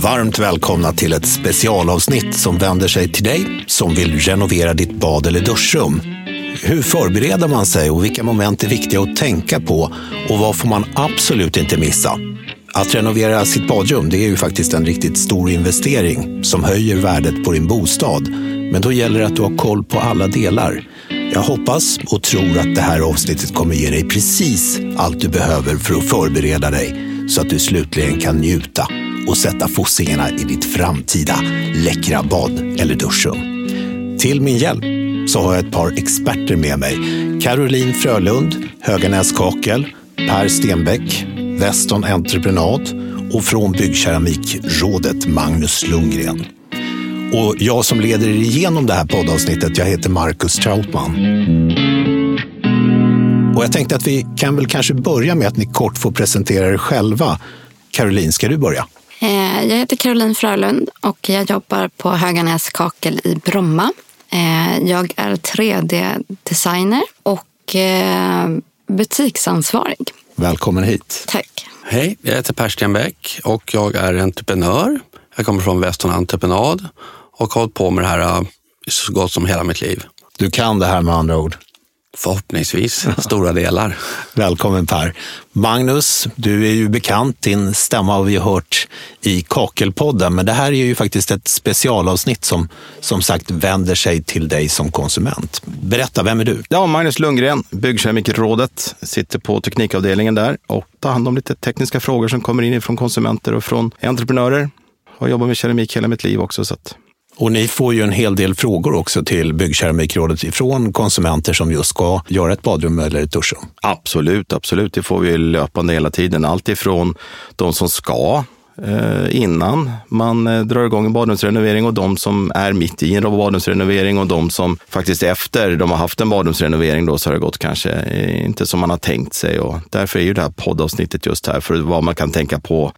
Varmt välkomna till ett specialavsnitt som vänder sig till dig som vill renovera ditt bad- eller duschrum. Hur förbereder man sig och vilka moment är viktiga att tänka på och vad får man absolut inte missa? Att renovera sitt badrum, det är ju faktiskt en riktigt stor investering som höjer värdet på din bostad. Men då gäller det att du har koll på alla delar. Jag hoppas och tror att det här avsnittet kommer ge dig precis allt du behöver för att förbereda dig så att du slutligen kan njuta och sätta fossingarna i ditt framtida läckra bad- eller duschrum. Till min hjälp så har jag ett par experter med mig. Caroline Frölund, Höganäs Kakel, Per Stenbäck, Weston Entreprenad och från Byggkeramikrådet Magnus Lundgren. Och jag som leder igenom det här poddavsnittet, jag heter Marcus Trautman. Och jag tänkte att vi kan väl kanske börja med att ni kort får presentera er själva. Caroline, ska du börja? Jag heter Caroline Frölund och jag jobbar på Höganäs Kakel i Bromma. Jag är 3D-designer och butiksansvarig. Välkommen hit. Tack. Hej, jag heter Per Stenbäck och jag är entreprenör. Jag kommer från Weston Entreprenad och har hållit på med det här så gott som hela mitt liv. Du kan det här med andra ord. Förhoppningsvis, stora delar. Välkommen Per. Magnus, du är ju bekant, din stämma har vi hört i Kakelpodden, men det här är ju faktiskt ett specialavsnitt som sagt vänder sig till dig som konsument. Berätta, vem är du? Ja, Magnus Lundgren, Byggkeramikrådet, sitter på teknikavdelningen där och tar hand om lite tekniska frågor som kommer in från konsumenter och från entreprenörer. Har jobbat med keramik hela mitt liv också så att... Och ni får ju en hel del frågor också till Byggkeramikrådet ifrån konsumenter som just ska göra ett badrum eller ett duschrum. Absolut. Det får vi löpande hela tiden. Allt ifrån de som ska innan man drar igång en badrumsrenovering och de som är mitt i en badrumsrenovering och de som faktiskt efter de har haft en badrumsrenovering då så har det gått kanske inte som man har tänkt sig. Och därför är ju det här poddavsnittet just här för vad man kan tänka på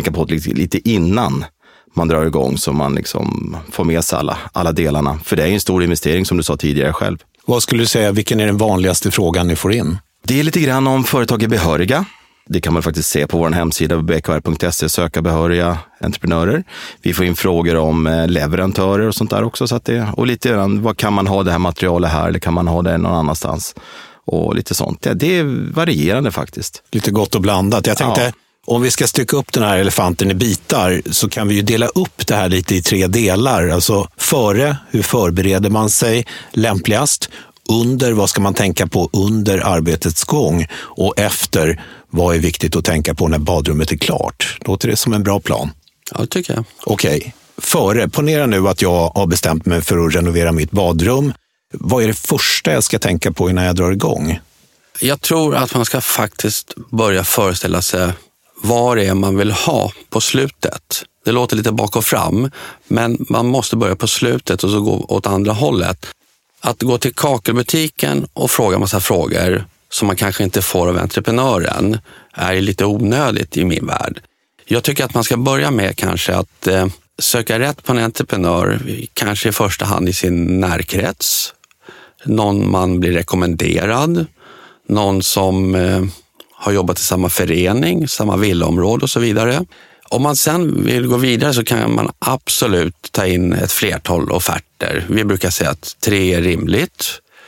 lite innan man drar igång så man liksom får med sig alla delarna. För det är en stor investering som du sa tidigare själv. Vad skulle du säga, vilken är den vanligaste frågan ni får in? Det är lite grann om företag är behöriga. Det kan man faktiskt se på vår hemsida bkr.se, söka behöriga entreprenörer. Vi får in frågor om leverantörer och sånt där också. Så att och lite grann, vad kan man ha det här materialet här eller kan man ha det någon annanstans? Och lite sånt. Ja, det är varierande faktiskt. Lite gott och blandat. Jag tänkte... Om vi ska stycka upp den här elefanten i bitar så kan vi ju dela upp det här lite i 3 delar. Alltså före, hur förbereder man sig lämpligast? Under, vad ska man tänka på under arbetets gång? Och efter, vad är viktigt att tänka på när badrummet är klart? Låter det som en bra plan? Ja, det tycker jag. Okej. Före, ponera nu att jag har bestämt mig för att renovera mitt badrum. Vad är det första jag ska tänka på innan jag drar igång? Jag tror att man ska faktiskt börja föreställa sig vad det är man vill ha på slutet. Det låter lite bak och fram, men man måste börja på slutet och så gå åt andra hållet. Att gå till kakelbutiken och fråga massa frågor som man kanske inte får av entreprenören är lite onödigt i min värld. Jag tycker att man ska börja med kanske att söka rätt på en entreprenör, kanske i första hand i sin närkrets. Någon man blir rekommenderad, någon som... har jobbat i samma förening, samma villaområde och så vidare. Om man sen vill gå vidare så kan man absolut ta in ett flertal offerter. Vi brukar säga att 3 är rimligt.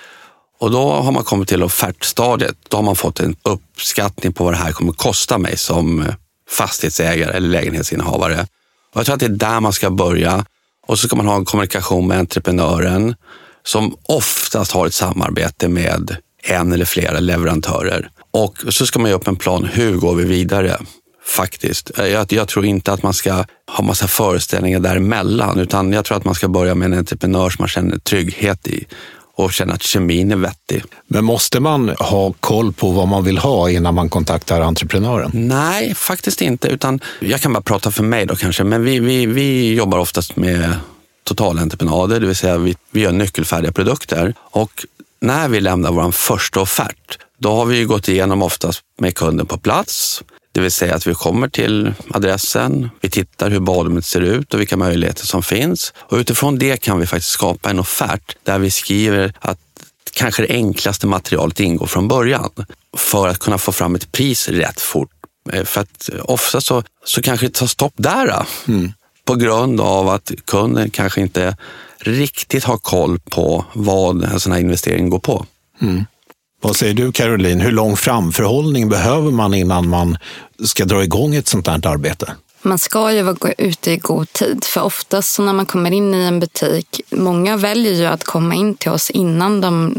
Och då har man kommit till offertstadiet. Då har man fått en uppskattning på vad det här kommer kosta mig som fastighetsägare eller lägenhetsinnehavare. Och jag tror att det är där man ska börja. Och så ska man ha en kommunikation med entreprenören som oftast har ett samarbete med en eller flera leverantörer. Och så ska man göra upp en plan, hur går vi vidare faktiskt. Jag tror inte att man ska ha massa föreställningar däremellan utan jag tror att man ska börja med en entreprenör som man känner trygghet i och känner att kemin är vettig. Men måste man ha koll på vad man vill ha innan man kontaktar entreprenören? Nej, faktiskt inte utan jag kan bara prata för mig då kanske men vi jobbar oftast med totalentreprenader, det vill säga vi gör nyckelfärdiga produkter och när vi lämnar vår första offert då har vi gått igenom oftast med kunden på plats. Det vill säga att vi kommer till adressen, vi tittar hur badrummet ser ut och vilka möjligheter som finns. Och utifrån det kan vi faktiskt skapa en offert där vi skriver att kanske det enklaste materialet ingår från början. För att kunna få fram ett pris rätt fort. För att ofta så kanske det tar stopp där. på grund av att kunden kanske inte riktigt har koll på vad en sån här investering går på. Mm. Vad säger du, Caroline? Hur lång framförhållning behöver man innan man ska dra igång ett sånt här arbete? Man ska ju vara ute i god tid, för oftast när man kommer in i en butik, många väljer ju att komma in till oss innan de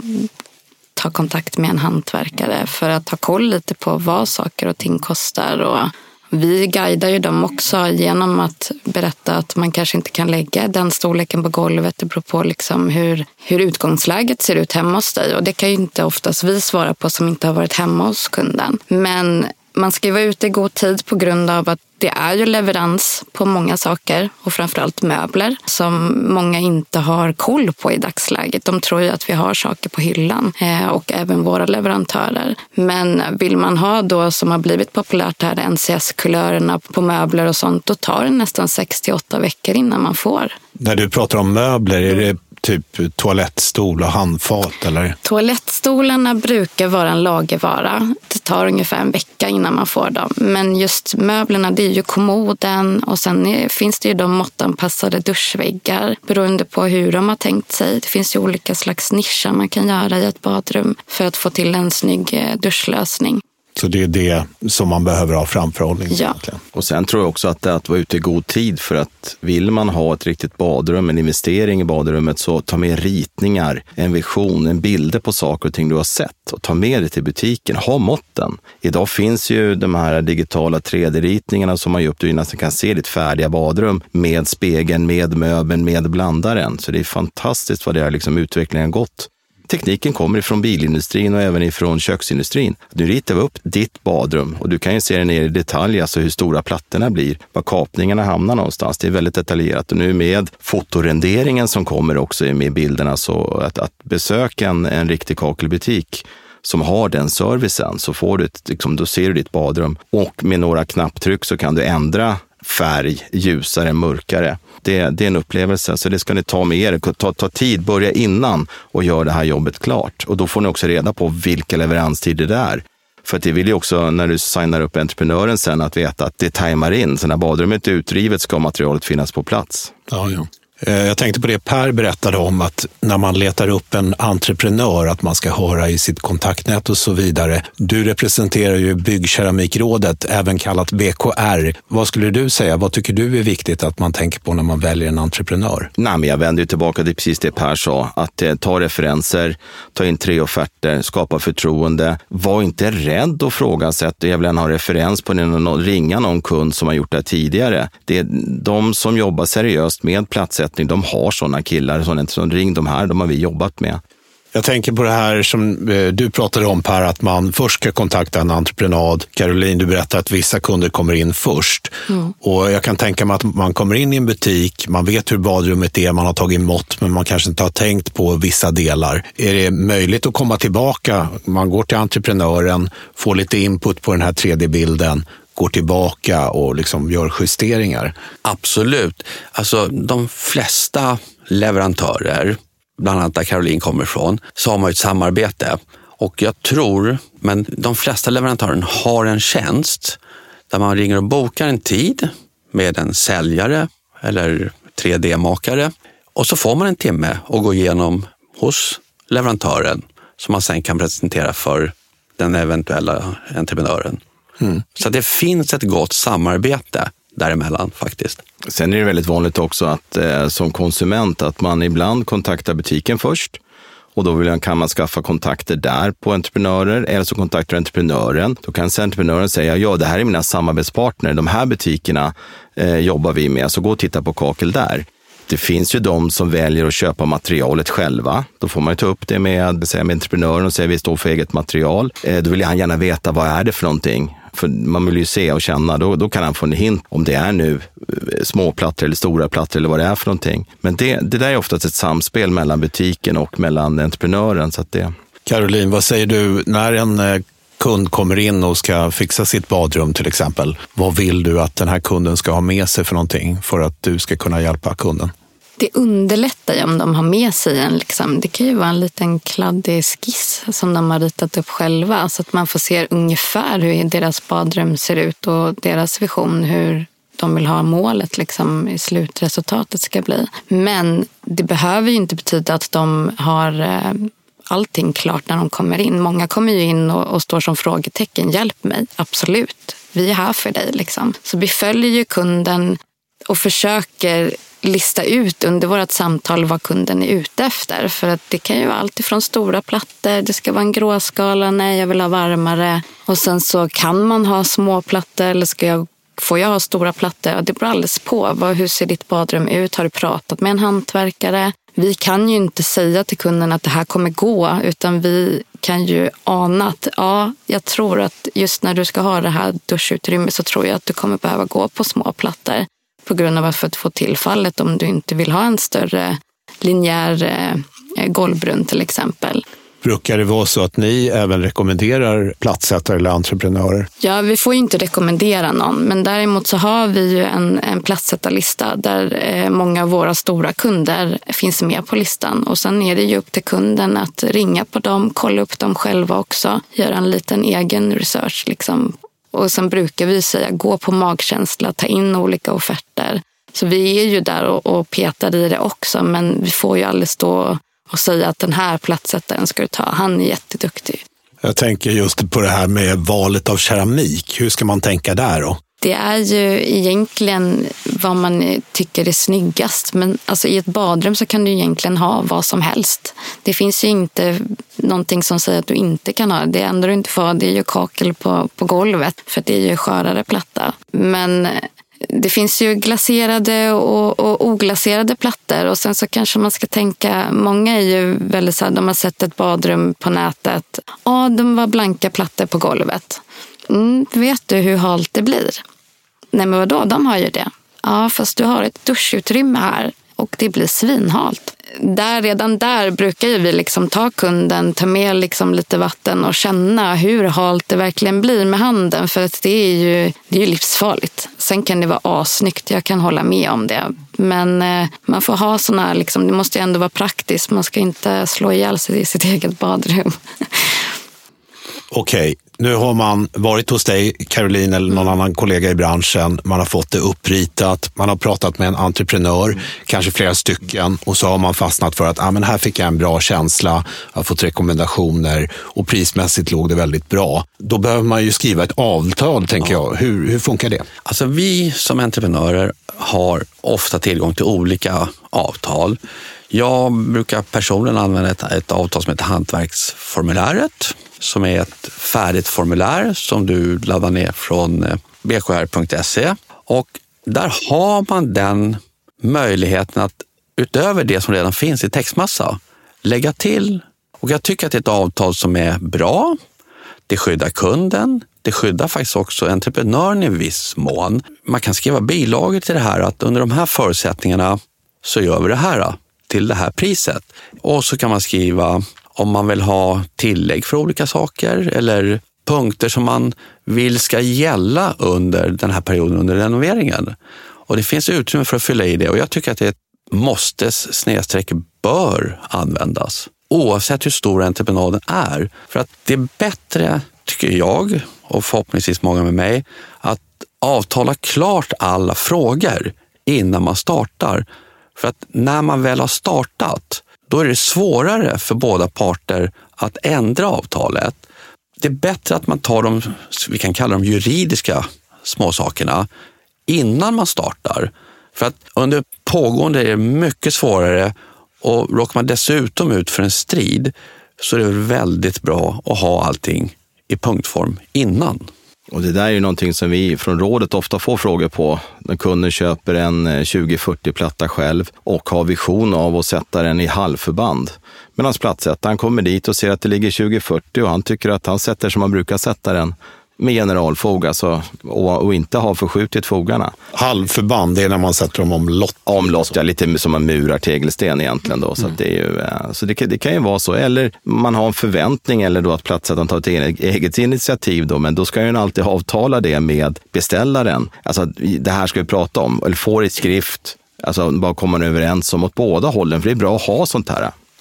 tar kontakt med en hantverkare för att ha koll lite på vad saker och ting kostar. Och vi guidar ju dem också genom att berätta att man kanske inte kan lägga den storleken på golvet. Det beror på liksom hur utgångsläget ser ut hemma hos dig. Och det kan ju inte oftast vi svara på som inte har varit hemma hos kunden. Men man ska ju vara ute i god tid på grund av att det är ju leverans på många saker och framförallt möbler som många inte har koll på i dagsläget. De tror ju att vi har saker på hyllan och även våra leverantörer. Men vill man ha då, som har blivit populärt här, NCS-kulörerna på möbler och sånt, då tar det nästan 6-8 veckor innan man får. När du pratar om möbler, är det typ toalettstol och handfat eller? Toalettstolarna brukar vara en lagervara. Det tar ungefär en vecka innan man får dem. Men just möblerna, det är ju kommoden och sen finns det ju de måttanpassade duschväggar beroende på hur de har tänkt sig. Det finns ju olika slags nischer man kan göra i ett badrum för att få till en snygg duschlösning. Så det är det som man behöver ha framförhållning. Ja. Och sen tror jag också att det är att vara ute i god tid, för att vill man ha ett riktigt badrum, en investering i badrummet, så ta med ritningar, en vision, en bilder på saker och ting du har sett och ta med det till butiken, ha måtten. Idag finns ju de här digitala 3D-ritningarna som man gör upp, du nästan kan se ditt färdiga badrum med spegeln, med möbeln, med blandaren. Så det är fantastiskt vad det är liksom utvecklingen gått. Tekniken kommer ifrån bilindustrin och även ifrån köksindustrin. Nu ritar vi upp ditt badrum och du kan ju se det ner i detalj, alltså hur stora plattorna blir, var kapningarna hamnar någonstans. Det är väldigt detaljerat, och nu med fotorenderingen som kommer också med bilderna, så att besöka en riktig kakelbutik som har den servicen, så får du då ser du ditt badrum, och med några knapptryck så kan du ändra färg, ljusare, mörkare. Det är en upplevelse, så det ska ni ta med er. Ta tid, börja innan och gör det här jobbet klart. Och då får ni också reda på vilka leveranstider det är. För att det vill ju också, när du signar upp entreprenören sen, att veta att det tajmar in. Så när badrummet är utdrivet ska materialet finnas på plats. Ja. Jag tänkte på det Per berättade om, att när man letar upp en entreprenör, att man ska höra i sitt kontaktnät och så vidare. Du representerar ju Byggkeramikrådet, även kallat BKR. Vad skulle du säga? Vad tycker du är viktigt att man tänker på när man väljer en entreprenör? Nej, men jag vänder ju tillbaka till precis det Per sa. Att ta referenser, ta in 3 offerter, skapa förtroende. Var inte rädd att fråga sig att jag vill ha referens på ringa någon kund som har gjort det tidigare. Det är de som jobbar seriöst med platssättning. De har sådana killar, som ring de här, de har vi jobbat med. Jag tänker på det här som du pratade om Per, att man först ska kontakta en entreprenad. Caroline, du berättade att vissa kunder kommer in först. Och jag kan tänka mig att man kommer in i en butik, man vet hur badrummet är, man har tagit mått, men man kanske inte har tänkt på vissa delar. Är det möjligt att komma tillbaka? Man går till entreprenören, får lite input på den här 3D-bilden, går tillbaka och liksom gör justeringar. Absolut. Alltså de flesta leverantörer, bland annat där Caroline kommer ifrån, så har man ett samarbete. Och jag tror, men de flesta leverantörer har en tjänst där man ringer och bokar en tid med en säljare eller 3D-makare. Och så får man en timme och gå igenom hos leverantören som man sen kan presentera för den eventuella entreprenören. Så det finns ett gott samarbete däremellan faktiskt. Sen är det väldigt vanligt också att som konsument att man ibland kontaktar butiken först, och då kan man skaffa kontakter där på entreprenörer, eller så kontaktar entreprenören. Då kan entreprenören säga, ja, det här är mina samarbetspartner, de här butikerna jobbar vi med, så gå och titta på kakel där. Det finns ju de som väljer att köpa materialet själva. Då får man ju ta upp det med entreprenören och säga vi står för eget material. Då vill han gärna veta vad är det för någonting. För man vill ju se och känna. Då kan han få en hint om det är nu små plattor eller stora plattor eller vad det är för någonting. Men det där är oftast ett samspel mellan butiken och mellan entreprenören. Så att det... Caroline, vad säger du när en kund kommer in och ska fixa sitt badrum till exempel? Vad vill du att den här kunden ska ha med sig för någonting för att du ska kunna hjälpa kunden? Det underlättar ju om de har med sig en, liksom, det kan ju vara en liten kladdig skiss som de har ritat upp själva, så att man får se ungefär hur deras badrum ser ut och deras vision, hur de vill ha målet liksom, i slutresultatet ska bli. Men det behöver ju inte betyda att de har allting klart när de kommer in. Många kommer ju in och står som frågetecken. Hjälp mig, absolut. Vi är här för dig. Liksom. Så vi följer ju kunden och försöker lista ut under vårt samtal vad kunden är ute efter. För att det kan ju vara allt ifrån stora plattor, det ska vara en gråskala, nej jag vill ha varmare. Och sen så kan man ha små plattor eller får jag ha stora plattor? Det beror alldeles på. Hur ser ditt badrum ut? Har du pratat med en hantverkare? Vi kan ju inte säga till kunden att det här kommer gå, utan vi kan ju ana att jag tror att just när du ska ha det här duschutrymmet så tror jag att du kommer behöva gå på små plattor på grund av att få tillfallet om du inte vill ha en större linjär golvbrunn till exempel. Brukar det vara så att ni även rekommenderar platssättare eller entreprenörer? Ja, vi får ju inte rekommendera någon, men däremot så har vi ju en platssättarlista där många av våra stora kunder finns med på listan. Och sen är det ju upp till kunden att ringa på dem, kolla upp dem själva också, göra en liten egen research liksom. Och sen brukar vi säga gå på magkänsla, ta in olika offerter. Så vi är ju där och petar i det också, men vi får ju aldrig stå och säga att den här platssättaren ska du ta. Han är jätteduktig. Jag tänker just på det här med valet av keramik. Hur ska man tänka där då? Det är ju egentligen vad man tycker är snyggast. Men alltså, i ett badrum så kan du egentligen ha vad som helst. Det finns ju inte någonting som säger att du inte kan ha. Det enda du inte får ha, det är ju kakel på golvet. För det är ju skörare platta. Men det finns ju glaserade och oglaserade plattor. Och sen så kanske man ska tänka, många är ju väldigt så här, de har sett ett badrum på nätet. De var blanka plattor på golvet. Vet du hur halt det blir? Nej men vadå, de har ju det. Ja, fast du har ett duschutrymme här och det blir svinhalt. Redan där brukar ju vi liksom ta kunden, ta med liksom lite vatten och känna hur halt det verkligen blir med handen. För att det är ju livsfarligt. Sen kan det vara assnyggt, jag kan hålla med om det. Men man får ha såna här, liksom, det måste ju ändå vara praktiskt. Man ska inte slå ihjäl sig i sitt eget badrum. Okej, nu har man varit hos dig, Caroline, eller någon annan kollega i branschen. Man har fått det uppritat, man har pratat med en entreprenör, kanske flera stycken, och så har man fastnat för att men här fick jag en bra känsla, jag har fått rekommendationer och prismässigt låg det väldigt bra. Då behöver man ju skriva ett avtal, tänker jag. Hur funkar det? Alltså vi som entreprenörer har ofta tillgång till olika avtal. Jag brukar personligen använda ett avtal som heter hantverksformuläret, som är ett färdigt formulär som du laddar ner från bkr.se. Och där har man den möjligheten att utöver det som redan finns i textmassa lägga till. Och jag tycker att det är ett avtal som är bra. Det skyddar kunden. Det skyddar faktiskt också entreprenören i viss mån. Man kan skriva bilagor till det här att under de här förutsättningarna så gör vi det här till det här priset. Och så kan man skriva om man vill ha tillägg för olika saker eller punkter som man vill ska gälla under den här perioden under renoveringen. Och det finns utrymme för att fylla i det, och jag tycker att det måste / bör användas oavsett hur stor entreprenaden är. För att det är bättre, tycker jag och förhoppningsvis många med mig, att avtala klart alla frågor innan man startar. För att när man väl har startat, då är det svårare för båda parter att ändra avtalet. Det är bättre att man tar de, vi kan kalla dem juridiska småsakerna, innan man startar. För att under pågående är det mycket svårare, och råkar man dessutom ut för en strid så är det väldigt bra att ha allting i punktform innan. Och det där är ju någonting som vi från rådet ofta får frågor på. När kunden köper en 20-40 platta själv och har vision av att sätta den i halvförband. Medan plattsättaren kommer dit och ser att det ligger 20-40 och han tycker att han sätter som man brukar sätta den med generalfog, alltså, och inte har förskjutit fogarna. Halvförband, det är när man sätter dem omlott. Omlott, ja, lite som man murar tegelsten egentligen då. Så, att det, är ju, så det kan ju vara så. Eller man har en förväntning, eller då att platssättaren tar ett eget initiativ då, men då ska ju alltid avtala det med beställaren. Alltså det här ska vi prata om, eller får i skrift, alltså bara komma överens om åt båda hållen, för det är bra att ha sånt här.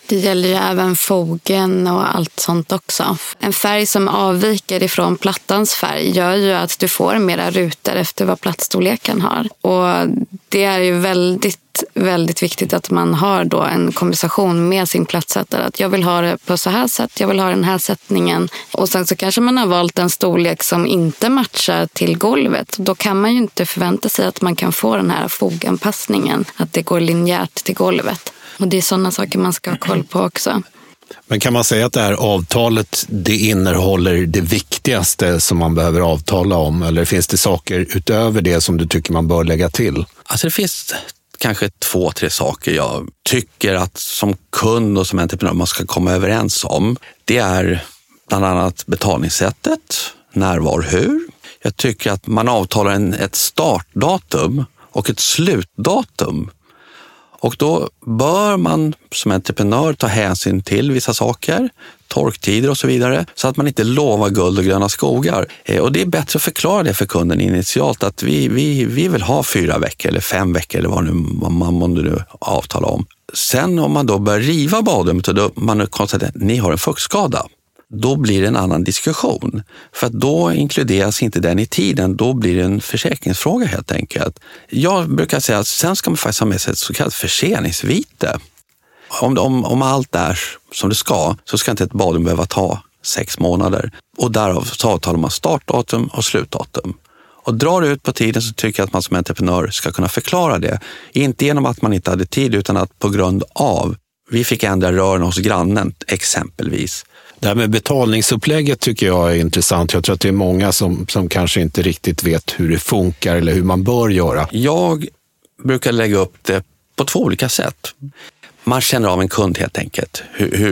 Det gäller ju även fogen och allt sånt också. En färg som avviker ifrån plattans färg gör ju att du får mera rutor efter vad plattstorleken har. Och det är ju väldigt viktigt att man har då en konversation med sin plattsättare. Att jag vill ha det på så här sätt, jag vill ha den här sättningen. Och sen så kanske man har valt en storlek som inte matchar till golvet. Då kan man ju inte förvänta sig att man kan få den här foganpassningen. Att det går linjärt till golvet. Och det är sådana saker man ska ha koll på också. Men kan man säga att det här avtalet, det innehåller det viktigaste som man behöver avtala om? Eller finns det saker utöver det som du tycker man bör lägga till? Alltså det finns kanske 2-3 saker jag tycker att som kund och som entreprenör man ska komma överens om. Det är bland annat betalningssättet, när, var, hur. Jag tycker att man avtalar ett startdatum och ett slutdatum. Och då bör man som entreprenör ta hänsyn till vissa saker, torktider och så vidare, så att man inte lovar guld och gröna skogar. Och det är bättre att förklara det för kunden initialt att vi vill ha 4 veckor eller 5 veckor eller vad man nu avtalar om. Sen om man då börjar riva badrummet och då man konstaterar att ni har en fuktskada, då blir det en annan diskussion. För att då inkluderas inte den i tiden, då blir det en försäkringsfråga helt enkelt. Jag brukar säga att sen ska man faktiskt ha med sig ett så kallat förseningsvite. Om allt är som det ska, så ska inte ett badrum behöva ta 6 månader. Och därav så avtalar man startdatum och slutdatum. Och drar det ut på tiden så tycker jag att man som entreprenör ska kunna förklara det. Inte genom att man inte hade tid utan att på grund av vi fick ändra rören hos grannen exempelvis. Det här med betalningsupplägget tycker jag är intressant. Jag tror att det är många som kanske inte riktigt vet hur det funkar eller hur man bör göra. Jag brukar lägga upp det på 2 olika sätt. Man känner av en kund helt enkelt.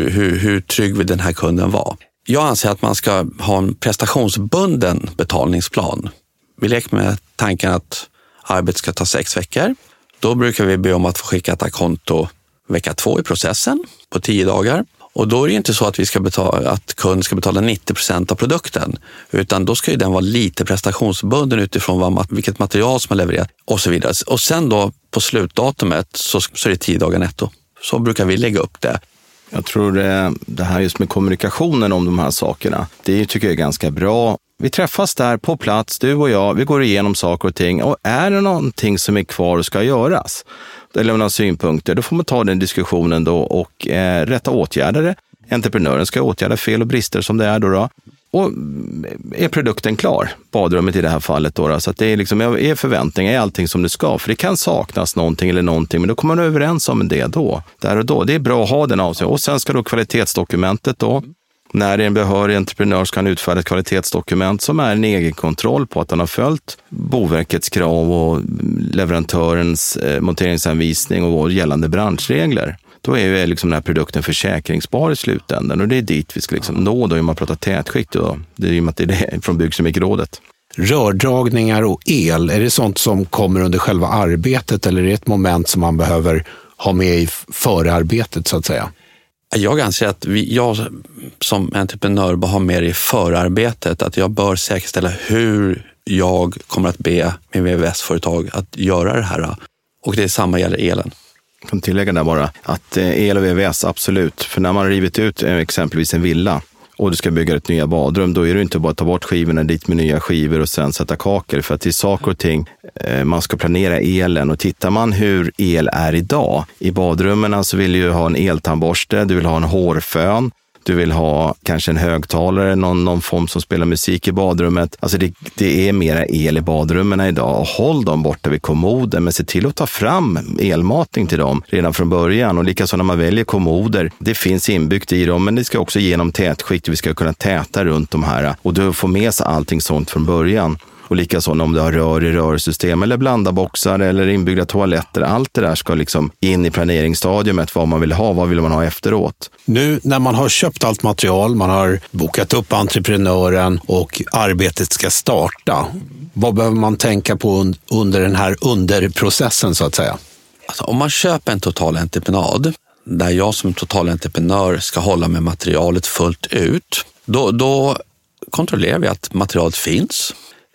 Hur trygg vill den här kunden vara? Jag anser att man ska ha en prestationsbunden betalningsplan. Vi leker med tanken att arbetet ska ta 6 veckor. Då brukar vi be om att få skicka ett konto vecka 2 i processen på 10 dagar. Och då är det inte så att att kunden ska betala 90% av produkten, utan då ska ju den vara lite prestationsbunden utifrån vilket material som har levererat och så vidare. Och sen då på slutdatumet så är det 10 dagar netto. Så brukar vi lägga upp det. Jag tror det här just med kommunikationen om de här sakerna, det tycker jag är ganska bra. Vi träffas där på plats, du och jag, vi går igenom saker och ting. Och är det någonting som är kvar och ska göras, eller några synpunkter, då får man ta den diskussionen då och rätta åtgärder. Entreprenören ska åtgärda fel och brister som det är då. Och är produkten klar, badrummet i det här fallet då. Så att det är liksom, är förväntningar, är allting som det ska. För det kan saknas någonting, men då kommer man överens om det då, där och då. Det är bra att ha den av sig. Och sen ska då kvalitetsdokumentet då. När en behörig entreprenör ska utfärda ett kvalitetsdokument som är en egen kontroll på att han har följt Boverkets krav och leverantörens monteringsanvisning och gällande branschregler. Då är ju liksom den här produkten försäkringsbar i slutändan och det är dit vi ska liksom nå då, om man pratar tätskikt då. Det är ju att det är det från Byggkemikrådet. Rördragningar och el, är det sånt som kommer under själva arbetet eller är det ett moment som man behöver ha med i förarbetet så att säga? Jag anser att jag som entreprenör bör ha med i förarbetet, att jag bör säkerställa hur jag kommer att be min VVS-företag att göra det här. Och det är samma gäller elen. Jag kan tillägga där bara att el och VVS, absolut. För när man har rivit ut exempelvis en villa och du ska bygga ett nya badrum, då är det inte bara att ta bort skivorna dit med nya skivor och sen sätta kakor. För att det är saker och ting, man ska planera elen. Och tittar man hur el är idag, i badrummen så vill du ha en eltandborste, du vill ha en hårfön, du vill ha kanske en högtalare, någon form som spelar musik i badrummet. Alltså det är mera el i badrummen idag. Och håll dem borta vid kommoden, men se till att ta fram elmatning till dem redan från början. Och likaså när man väljer kommoder, det finns inbyggt i dem, men det ska också genom tätskikt. Vi ska kunna täta runt de här och du får med sig allting sånt från början. Och likaså om du har rör i rörsystem eller blandarboxar eller inbyggda toaletter. Allt det där ska liksom in i planeringsstadiumet, vad man vill ha, vad vill man ha efteråt. Nu när man har köpt allt material, man har bokat upp entreprenören och arbetet ska starta. Vad behöver man tänka på under den här underprocessen så att säga? Alltså, om man köper en totalentreprenad där jag som totalentreprenör ska hålla med materialet fullt ut, då kontrollerar vi att materialet finns.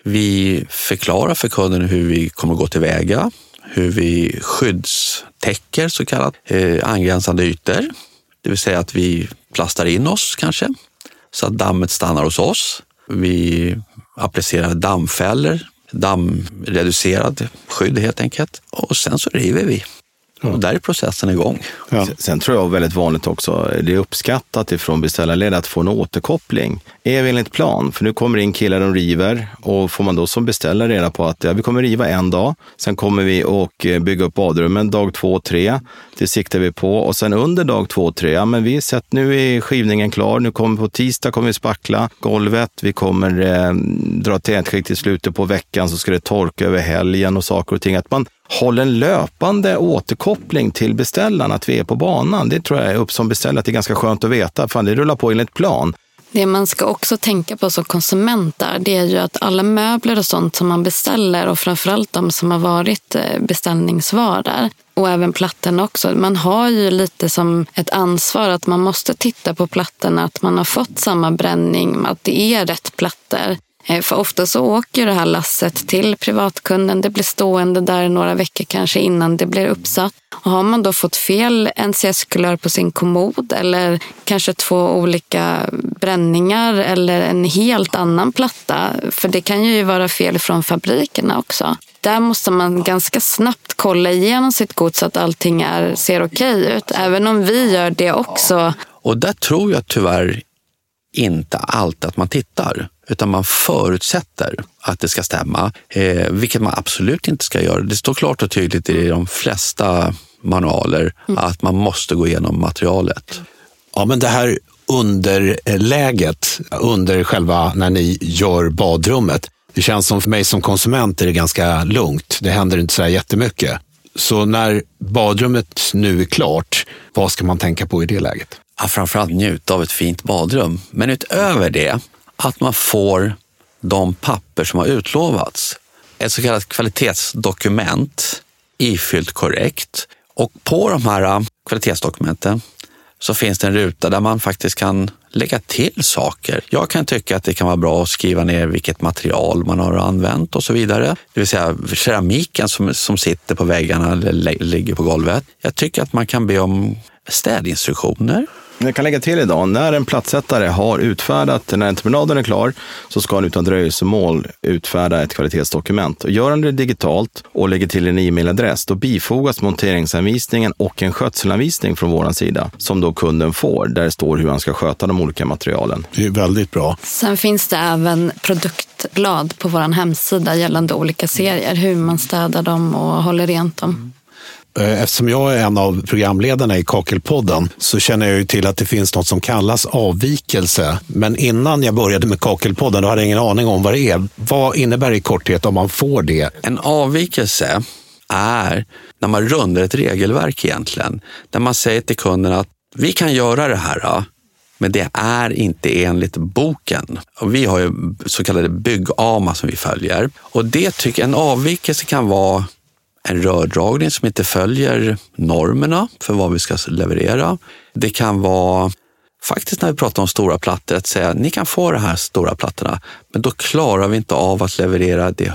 Vi förklarar för kunden hur vi kommer gå tillväga, hur vi skyddstäcker så kallat angränsande ytor. Det vill säga att vi plastar in oss kanske så att dammet stannar hos oss. Vi applicerar dammfällor, dammreducerad skydd helt enkelt. Och sen så river vi. Och där är processen igång. Ja. Sen tror jag väldigt vanligt också, det är uppskattat ifrån beställarled att få en återkoppling. Är vi enligt plan? För nu kommer in killar och river och får man då som beställare reda på att vi kommer riva en dag. Sen kommer vi och bygga upp badrummen dag 2 och 3. Det siktar vi på. Och sen under dag 2 och 3, men vi sett nu är skivningen klar. Nu kommer på tisdag kommer vi spackla golvet. Vi kommer dra tätskikt i slutet på veckan, så ska det torka över helgen och saker och ting. Att man håller en löpande återkoppling till beställaren att vi är på banan. Det tror jag är upp som beställare att det är ganska skönt att veta. Fan, det rullar på enligt plan. Det man ska också tänka på som konsument där, det är ju att alla möbler och sånt som man beställer, och framförallt de som har varit beställningsvaror och även plattorna också. Man har ju lite som ett ansvar att man måste titta på plattorna, att man har fått samma bränning, att det är rätt plattor. För ofta så åker det här lasset till privatkunden. Det blir stående där några veckor kanske innan det blir uppsatt. Och har man då fått fel NCS-kulör på sin kommod eller kanske 2 olika bränningar eller en helt annan platta, för det kan ju vara fel från fabrikerna också. Där måste man ganska snabbt kolla igenom sitt gods så att allting ser okej ut. Även om vi gör det också. Och där tror jag tyvärr inte allt att man tittar, utan man förutsätter att det ska stämma, vilket man absolut inte ska göra. Det står klart och tydligt i de flesta manualer att man måste gå igenom materialet. Ja, men det här underläget under själva när ni gör badrummet, det känns som för mig som konsument är det ganska lugnt. Det händer inte så här jättemycket. Så när badrummet nu är klart, vad ska man tänka på i det läget? Ja, framförallt njuta av ett fint badrum. Men utöver det, att man får de papper som har utlovats. Ett så kallat kvalitetsdokument ifyllt korrekt. Och på de här kvalitetsdokumenten så finns det en ruta där man faktiskt kan lägga till saker. Jag kan tycka att det kan vara bra att skriva ner vilket material man har använt och så vidare. Det vill säga keramiken som sitter på väggarna eller ligger på golvet. Jag tycker att man kan be om städinstruktioner. Jag kan lägga till idag, när en plattsättare har utfärdat, när entreprenaden är klar, så ska han utan dröjsmål utfärda ett kvalitetsdokument. Och gör han det digitalt och lägger till en e-mailadress, då bifogas monteringsanvisningen och en skötselanvisning från våran sida som då kunden får, där det står hur han ska sköta de olika materialen. Det är väldigt bra. Sen finns det även produktblad på vår hemsida gällande olika serier, hur man städar dem och håller rent dem. Eftersom jag är en av programledarna i Kakelpodden så känner jag ju till att det finns något som kallas avvikelse. Men innan jag började med Kakelpodden då hade jag ingen aning om vad det är. Vad innebär det i korthet om man får det? En avvikelse är när man rundar ett regelverk egentligen. Där man säger till kunden att vi kan göra det här, men det är inte enligt boken. Och vi har ju så kallade byggama som vi följer. Och det tycker en avvikelse kan vara en rördragning som inte följer normerna för vad vi ska leverera. Det kan vara, faktiskt när vi pratar om stora plattor, att säga ni kan få de här stora plattorna, men då klarar vi inte av att leverera det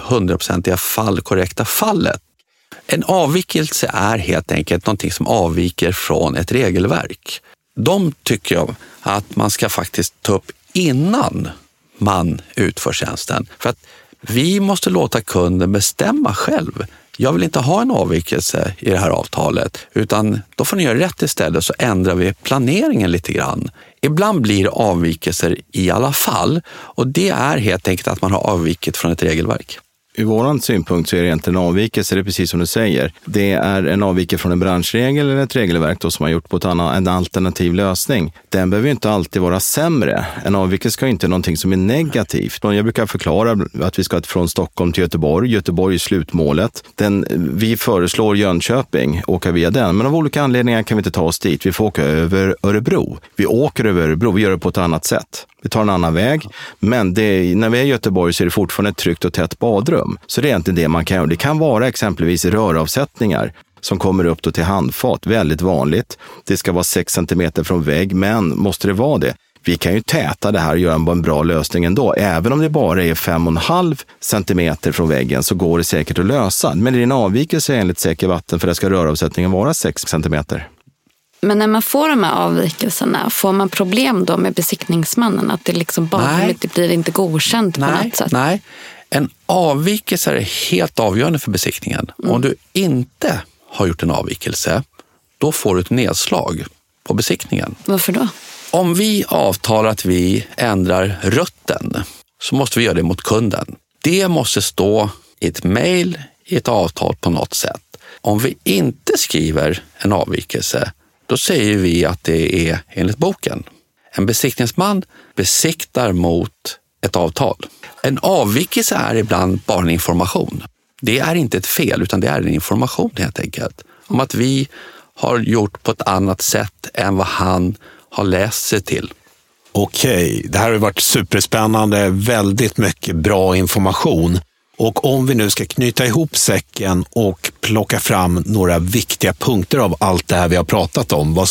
100% korrekta fallet. En avvikelse är helt enkelt någonting som avviker från ett regelverk. De tycker jag att man ska faktiskt ta upp innan man utför tjänsten. För att vi måste låta kunden bestämma själv. Jag vill inte ha en avvikelse i det här avtalet, utan då får ni göra rätt istället, så ändrar vi planeringen lite grann. Ibland blir det avvikelser i alla fall, och det är helt enkelt att man har avvikit från ett regelverk. Ur våran synpunkt så är det inte en avvikelse, det är precis som du säger. Det är en avvikelse från en branschregel eller ett regelverk då som har gjort på en alternativ lösning. Den behöver ju inte alltid vara sämre. En avvikelse ska inte vara någonting som är negativt. Jag brukar förklara att vi ska från Stockholm till Göteborg. Göteborg är slutmålet. Vi föreslår Jönköping, åka via den. Men av olika anledningar kan vi inte ta oss dit. Vi får åka över Örebro. Vi åker över Örebro, vi gör det på ett annat sätt. Vi tar en annan väg, men när vi är i Göteborg så är det fortfarande ett tryggt och tätt badrum. Så det är egentligen det man kan göra. Det kan vara exempelvis röravsättningar som kommer upp då till handfat, väldigt vanligt. Det ska vara 6 cm från vägg, men måste det vara det? Vi kan ju täta det här och göra en bra lösning ändå. Även om det bara är 5,5 cm från väggen så går det säkert att lösa. Men det är en avvikelse enligt säker vatten för det ska röravsättningen vara 6 cm. Men när man får de här avvikelserna, får man problem då med besiktningsmannen? Att det liksom badrummet blir inte godkänt på något sätt? Nej, en avvikelse är helt avgörande för besiktningen. Om du inte har gjort en avvikelse, då får du ett nedslag på besiktningen. Varför då? Om vi avtalar att vi ändrar rutten, så måste vi göra det mot kunden. Det måste stå i ett mejl, i ett avtal på något sätt. Om vi inte skriver en avvikelse, då säger vi att det är enligt boken. En besiktningsman besiktar mot ett avtal. En avvikelse är ibland bara en information. Det är inte ett fel, utan det är en information helt enkelt. Om att vi har gjort på ett annat sätt än vad han har läst sig till. Okej, det här har varit superspännande, väldigt mycket bra information. Och om vi nu ska knyta ihop säcken och plocka fram några viktiga punkter av allt det här vi har pratat om,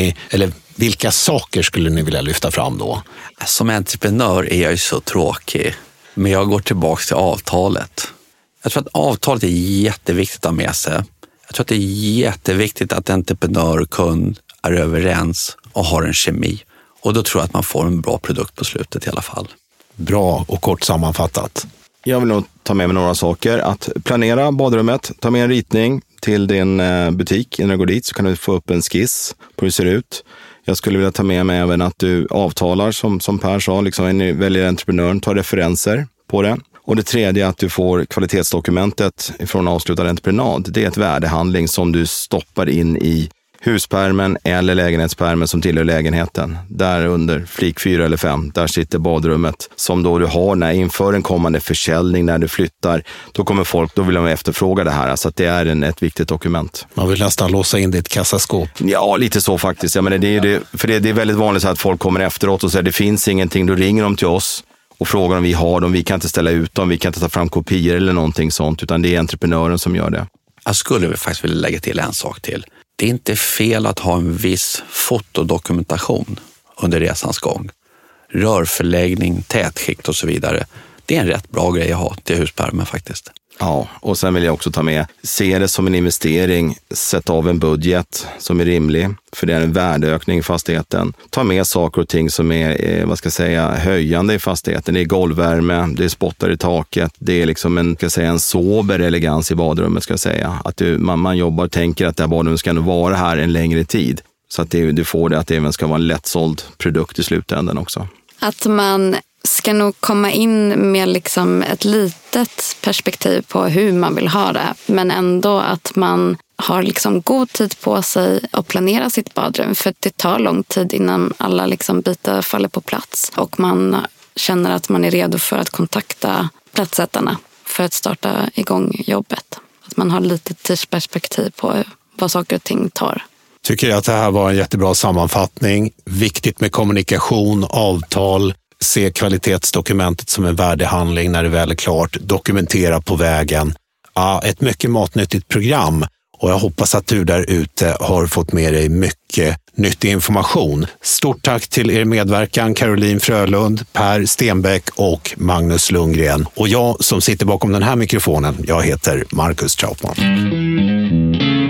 vilka saker skulle ni vilja lyfta fram då? Som entreprenör är jag ju så tråkig, men jag går tillbaka till avtalet. Jag tror att avtalet är jätteviktigt att ha med sig. Jag tror att det är jätteviktigt att entreprenör och kund är överens och har en kemi. Och då tror jag att man får en bra produkt på slutet i alla fall. Bra och kort sammanfattat. Jag vill nog ta med mig några saker. Att planera badrummet, ta med en ritning till din butik. Innan du går dit så kan du få upp en skiss på hur det ser ut. Jag skulle vilja ta med mig även att du avtalar, som Per sa, liksom väljer entreprenören, tar referenser på det. Och det tredje är att du får kvalitetsdokumentet från avslutad entreprenad. Det är ett värdehandling som du stoppar in i huspärmen eller lägenhetspärmen som tillhör lägenheten. Där under flik 4 eller 5, där sitter badrummet som då du har inför en kommande försäljning när du flyttar. Då kommer folk, då vill de efterfråga det här. Så att det är ett viktigt dokument. Man vill nästan låsa in det i ett kassaskåp. Ja, lite så faktiskt. Ja, men det är väldigt vanligt att folk kommer efteråt och säger det finns ingenting. Då ringer de till oss och frågar om vi har dem. Vi kan inte ställa ut dem, vi kan inte ta fram kopior eller någonting sånt, utan det är entreprenören som gör det. Jag skulle faktiskt vilja lägga till en sak till. Det är inte fel att ha en viss fotodokumentation under resans gång. Rörförläggning, tätskikt och så vidare. Det är en rätt bra grej att ha till huspärmen faktiskt. Ja, och sen vill jag också ta med, se det som en investering, sätt av en budget som är rimlig, för det är en värdeökning i fastigheten. Ta med saker och ting som är, höjande i fastigheten. Det är golvvärme, det är spottar i taket, det är liksom en sober elegans i badrummet, ska jag säga. Att man jobbar och tänker att det här badrummet ska nog vara här en längre tid. Så att du får det att det även ska vara en lättsåld produkt i slutändan också. Att man ska nog komma in med ett litet perspektiv på hur man vill ha det. Men ändå att man har god tid på sig att planera sitt badrum. För det tar lång tid innan alla bitar faller på plats. Och man känner att man är redo för att kontakta platssättarna för att starta igång jobbet. Att man har lite tidsperspektiv på vad saker och ting tar. Tycker jag att det här var en jättebra sammanfattning. Viktigt med kommunikation, avtal. Se kvalitetsdokumentet som en värdehandling när det väl är klart. Dokumentera på vägen. Ja, ett mycket matnyttigt program. Och jag hoppas att du där ute har fått med dig mycket nyttig information. Stort tack till er medverkan, Caroline Frölund, Per Stenbeck och Magnus Lundgren. Och jag som sitter bakom den här mikrofonen, jag heter Marcus Trautman.